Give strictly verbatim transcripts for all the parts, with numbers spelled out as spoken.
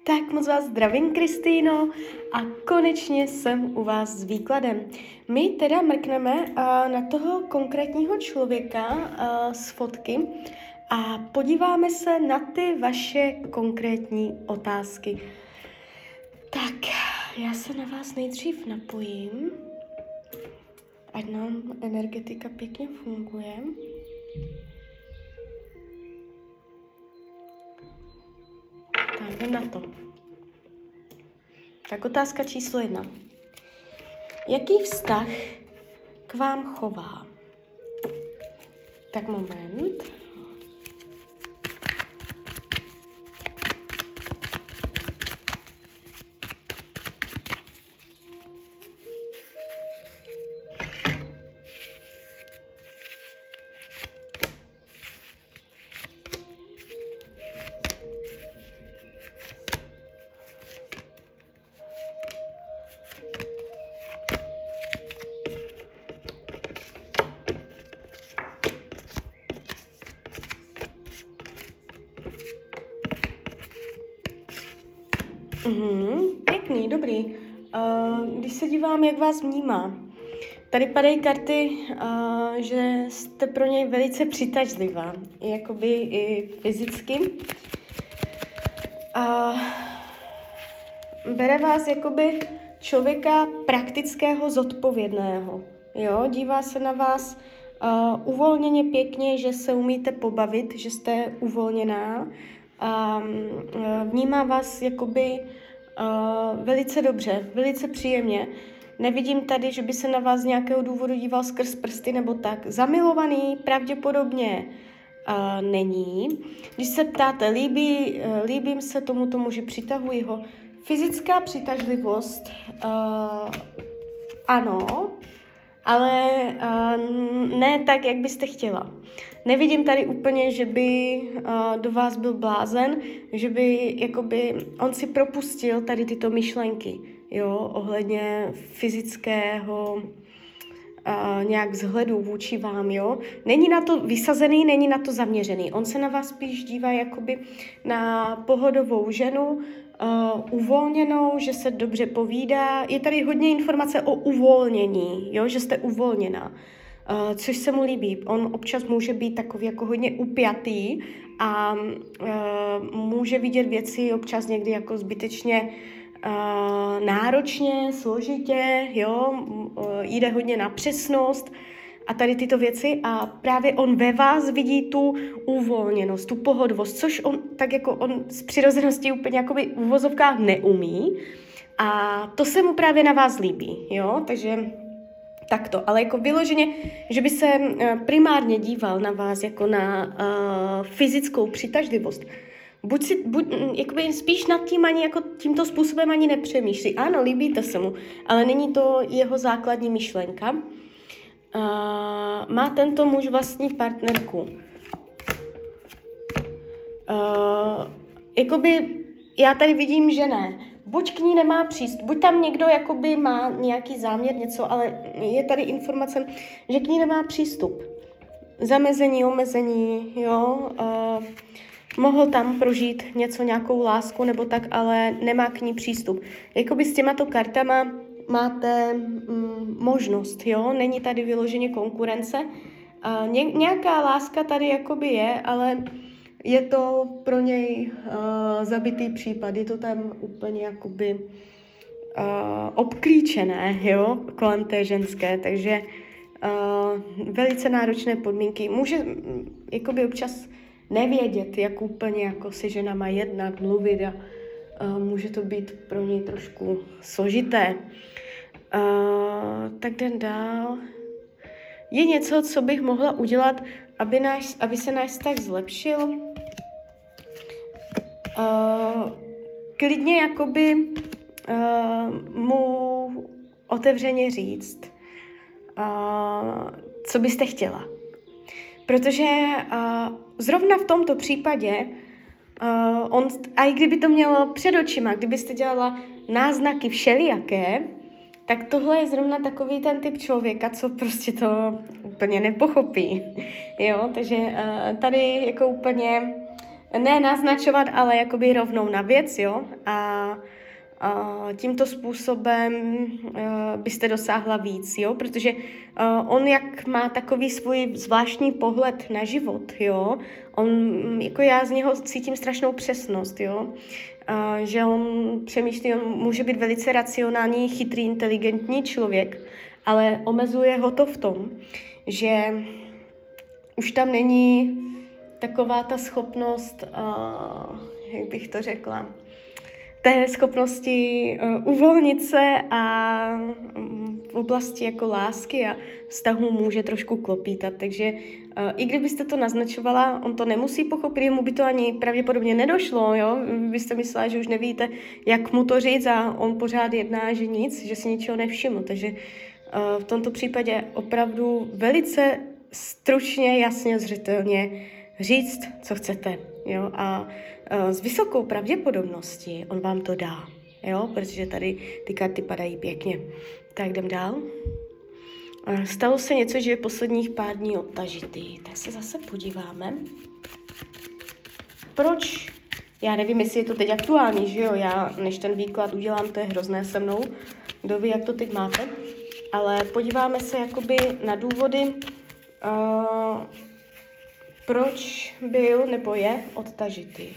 Tak moc vás zdravím, Kristýno, a konečně jsem u vás s výkladem. My teda mrkneme uh, na toho konkrétního člověka uh, z fotky a podíváme se na ty vaše konkrétní otázky. Tak, já se na vás nejdřív napojím, ať nám energetika pěkně funguje. Tak, jdem na to. Tak otázka číslo jedna. Jaký vztah k vám chová? Tak moment. Mhm, pěkný, dobrý. Uh, když se dívám, jak vás vnímá. Tady padají karty, uh, že jste pro něj velice přitažlivá, jakoby i fyzicky. Uh, bere vás jakoby člověka praktického, zodpovědného. Jo? Dívá se na vás uh, uvolněně pěkně, že se umíte pobavit, že jste uvolněná. A uh, vnímá vás jakoby uh, velice dobře, velice příjemně. Nevidím tady, že by se na vás z nějakého důvodu díval skrz prsty nebo tak. Zamilovaný pravděpodobně uh, není. Když se ptáte, líbí, uh, líbím se tomuto muži, přitahuji ho. Fyzická přitažlivost, uh, ano, ale uh, ne tak, jak byste chtěla. Nevidím tady úplně, že by uh, do vás byl blázen, že by jakoby on si propustil tady tyto myšlenky, jo, ohledně fyzického uh, nějak vzhledu vůči vám, jo. Není na to vysazený, není na to zaměřený. On se na vás spíš dívá jakoby na pohodovou ženu, uh, uvolněnou, že se dobře povídá. Je tady hodně informace o uvolnění, jo, že jste uvolněná. Uh, což se mu líbí. On občas může být takový jako hodně upjatý a uh, může vidět věci občas někdy jako zbytečně uh, náročně, složitě, jo, uh, jde hodně na přesnost a tady tyto věci a právě on ve vás vidí tu uvolněnost, tu pohodovost, což on tak jako on z přirozenosti úplně jakoby v uvozovkách neumí a to se mu právě na vás líbí, jo, takže takto, ale jako vyloženě, že by se primárně díval na vás jako na uh, fyzickou přitažlivost. Buď si, buď, jakoby spíš nad tím ani jako tímto způsobem ani nepřemýšlí. Ano, líbíte se mu, ale není to jeho základní myšlenka. Uh, má tento muž vlastní partnerku. Uh, jakoby já tady vidím, že ne. Buď k ní nemá přístup, buď tam někdo jakoby má nějaký záměr, něco, ale je tady informace, že k ní nemá přístup. Zamezení, omezení, jo. Uh, mohl tam prožít něco, nějakou lásku nebo tak, ale nemá k ní přístup. Jakoby s těmato kartama máte mm, možnost, jo. Není tady vyloženě konkurence. Uh, ně, nějaká láska tady jakoby je, ale je to pro něj uh, zabitý případ, je to tam úplně jakoby uh, obklíčené, jo, kolem té ženské, takže uh, velice náročné podmínky. Může um, jakoby občas nevědět, jak úplně jako se žena má jednat, mluvit a uh, může to být pro něj trošku složité. Uh, tak jdem dál. Je něco, co bych mohla udělat, aby, náš, aby se náš vztah zlepšil? Uh, klidně jakoby uh, mu otevřeně říct, uh, co byste chtěla. Protože uh, zrovna v tomto případě, uh, on, a i kdyby to mělo před očima, kdybyste dělala náznaky všelijaké, tak tohle je zrovna takový ten typ člověka, co prostě to úplně nepochopí. Jo, takže uh, tady jako úplně ne naznačovat, ale jakoby rovnou na věc, jo, a a tímto způsobem uh, byste dosáhla víc, jo, protože uh, on jak má takový svůj zvláštní pohled na život, jo, on, jako já z něho cítím strašnou přesnost, jo, uh, že on přemýšlí, on může být velice racionální, chytrý, inteligentní člověk, ale omezuje ho to v tom, že už tam není taková ta schopnost, uh, jak bych to řekla, té schopnosti uh, uvolnit se a um, v oblasti jako lásky a vztahu může trošku klopítat, takže uh, i kdybyste to naznačovala, on to nemusí pochopit, mu by to ani pravděpodobně nedošlo, jo, vy byste myslela, že už nevíte, jak mu to říct a on pořád jedná, že nic, že si ničeho nevšiml, takže uh, v tomto případě opravdu velice stručně, jasně, zřetelně říct, co chcete, jo, a uh, s vysokou pravděpodobností on vám to dá, jo, protože tady ty karty padají pěkně. Tak jdem dál. Uh, stalo se něco, že je posledních pár dní odtažitý, tak se zase podíváme. Proč? Já nevím, jestli je to teď aktuální, že jo, já než ten výklad udělám, to je hrozné se mnou, kdo ví, jak to teď máte, ale podíváme se jakoby na důvody, uh, proč byl nebo je odtažitý.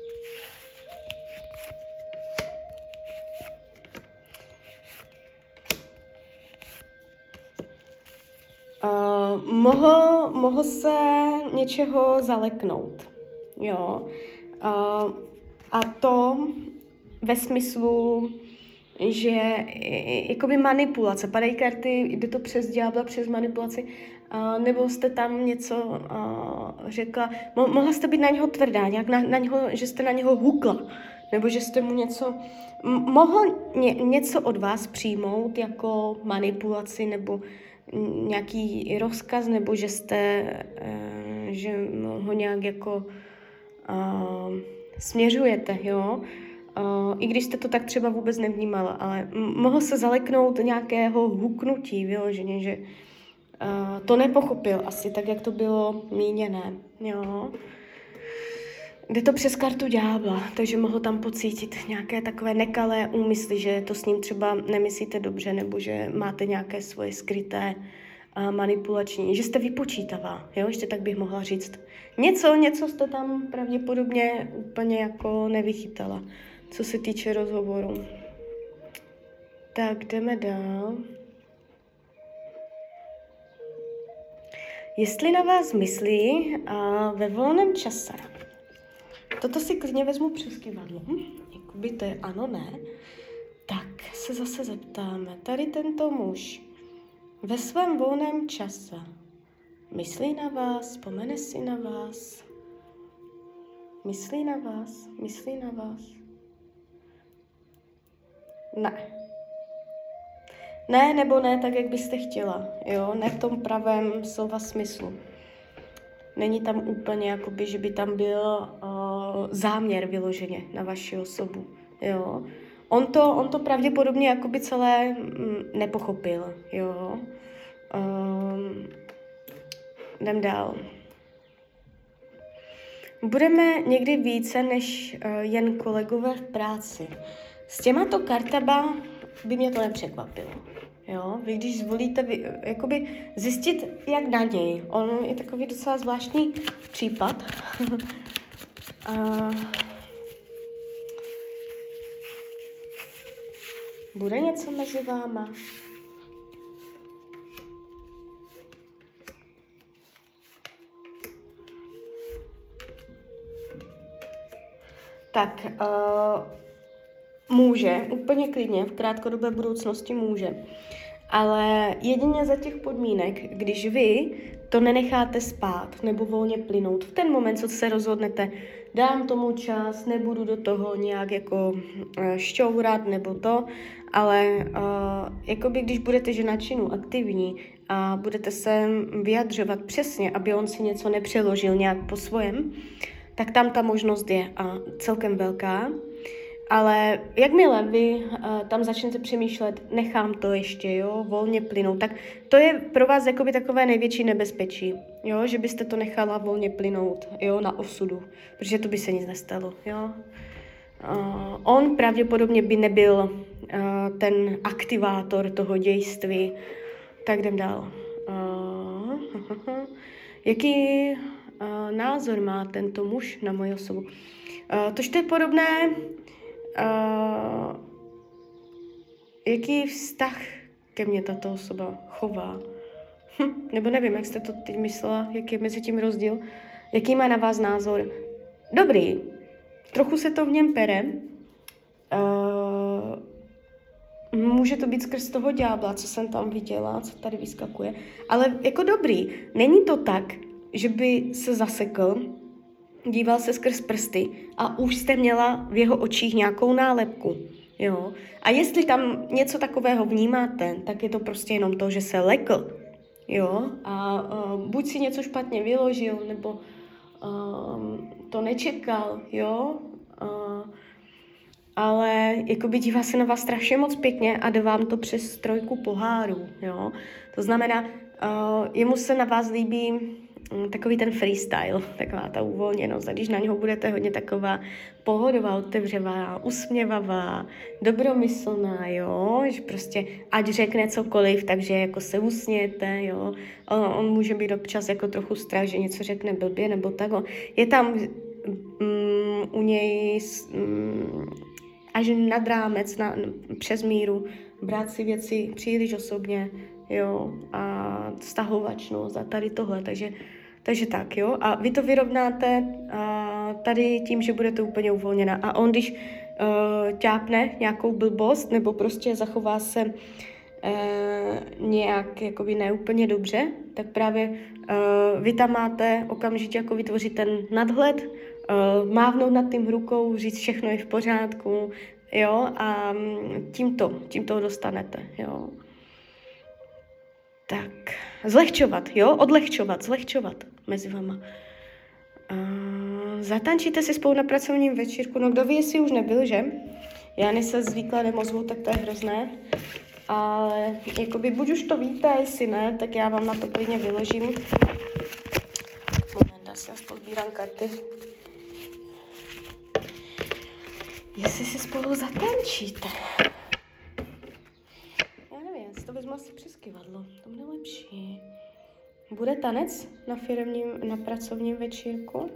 Uh, mohl, mohl se něčeho zaleknout, jo. Uh, a to ve smyslu, že jakoby manipulace, padají karty, jde to přes ďábla, přes manipulaci, uh, nebo jste tam něco uh, řekla, mo- mohla jste být na něho tvrdá, nějak na, na něho, že jste na něho hukla, nebo že jste mu něco, m- mohl ně, něco od vás přijmout jako manipulaci, nebo nějaký rozkaz, nebo že jste, uh, že ho nějak jako uh, směřujete, jo. Uh, I když jste to tak třeba vůbec nevnímala, ale m- mohl se zaleknout nějakého huknutí, vyloženě, že uh, to nepochopil asi tak, jak to bylo míněné, jo. Jde to přes kartu ďábla, takže mohl tam pocítit nějaké takové nekalé úmysly, že to s ním třeba nemyslíte dobře, nebo že máte nějaké svoje skryté uh, manipulační, že jste vypočítavá, jo, ještě tak bych mohla říct. Něco, něco jste tam pravděpodobně úplně jako nevychytala, co se týče rozhovoru. Tak jdeme dál. Jestli na vás myslí a ve volném čase, toto si klidně vezmu přes kyvadlo, jakoby to je ano, ne, tak se zase zeptáme, tady tento muž ve svém volném čase myslí na vás, vzpomene si na vás, myslí na vás, myslí na vás. Ne. Ne, nebo ne, tak, jak byste chtěla, jo, ne v tom pravém slova smyslu. Není tam úplně, jakoby, že by tam byl uh, záměr vyloženě na vaši osobu, jo. On to, on to pravděpodobně jakoby celé mm, nepochopil, jo. Um, jdem dál. Budeme někdy více než uh, jen kolegové v práci. S těmato kartama by mě to nepřekvapilo. Jo? Vy když zvolíte, vy, jakoby zjistit, jak na něj. On je takový docela zvláštní případ. A bude něco mezi váma? Tak, uh, může, úplně klidně, v krátkodobé budoucnosti může. Ale jedině za těch podmínek, když vy to nenecháte spát nebo volně plynout. V ten moment, co se rozhodnete, dám tomu čas, nebudu do toho nějak jako uh, šťourat nebo to, ale uh, jakoby když budete žena činu aktivní a budete se vyjadřovat přesně, aby on si něco nepřeložil nějak po svojem, tak tam ta možnost je a celkem velká. Ale jakmile vy uh, tam začnete přemýšlet, nechám to ještě, jo, volně plynout, tak to je pro vás jakoby takové největší nebezpečí, jo, že byste to nechala volně plynout, jo, na osudu, protože to by se nic nestalo, jo. Uh, on pravděpodobně by nebyl uh, ten aktivátor toho dějství, tak jdem dál. Uh, jaký uh, názor má tento muž na moji osobu? Uh, tož to je podobné. Uh, jaký vztah ke mně tato osoba chová? Hm, nebo nevím, jak jste to teď myslela, jaký je mezi tím rozdíl. Jaký má na vás názor? Dobrý, trochu se to v něm pere. Uh, může to být skrz toho ďábla, co jsem tam viděla, co tady vyskakuje. Ale jako dobrý, není to tak, že by se zasekl, díval se skrz prsty a už jste měla v jeho očích nějakou nálepku. Jo? A jestli tam něco takového vnímáte, tak je to prostě jenom to, že se lekl. Jo? A uh, buď si něco špatně vyložil, nebo uh, to nečekal, jo? Uh, ale jakoby dívá se na vás strašně moc pěkně a jde vám to přes trojku pohárů. Jo? To znamená, uh, jemu se na vás líbí takový ten freestyle, taková ta uvolněnost. A když na něho budete hodně taková pohodová, otevřevá, usměvavá, dobromyslná, jo, že prostě ať řekne cokoliv, takže jako se usmějete, jo. On, on může být občas jako trochu strach, že něco řekne blbě nebo tak. Je tam um, u něj um, až nad rámec, na, přes míru, brát si věci příliš osobně, jo, a stahovačnost a tady tohle, takže, takže tak, jo, a vy to vyrovnáte a tady tím, že budete úplně uvolněná a on, když uh, ťápne nějakou blbost nebo prostě zachová se uh, nějak jakoby neúplně dobře, tak právě uh, vy tam máte okamžitě jako vytvořit ten nadhled, uh, mávnout nad tím rukou, říct všechno je v pořádku, jo, a tímto, tímto dostanete, jo. Tak, zlehčovat, jo, odlehčovat, zlehčovat mezi vama. Uh, zatančíte si spolu na pracovním večírku, no kdo ví, jestli už nebyl, že? Já než se s výkladem ozvu, tak to je hrozné. Ale jakoby buď už to víte, jestli ne, tak já vám na to klidně vyložím. Moment, asi já pozbírám karty. Jestli si spolu zatančíte. To vezmu asi přes kyvadlo, to bude lepší. Bude tanec na firemním, na pracovním večírku?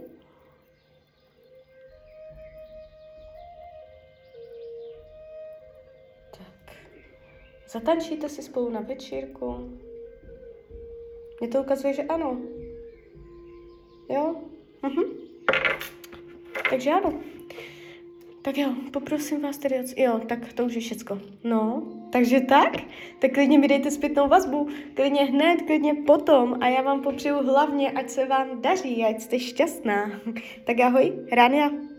Tak. Zatančíte si spolu na večírku? Mně to ukazuje, že ano. Jo? Mhm. Takže ano. Tak jo, poprosím vás tedy, jo, tak to už je všecko. No, takže tak, tak klidně mi dejte zpětnou vazbu, klidně hned, klidně potom a já vám popřeju hlavně, ať se vám daří, ať jste šťastná. Tak ahoj, Rania.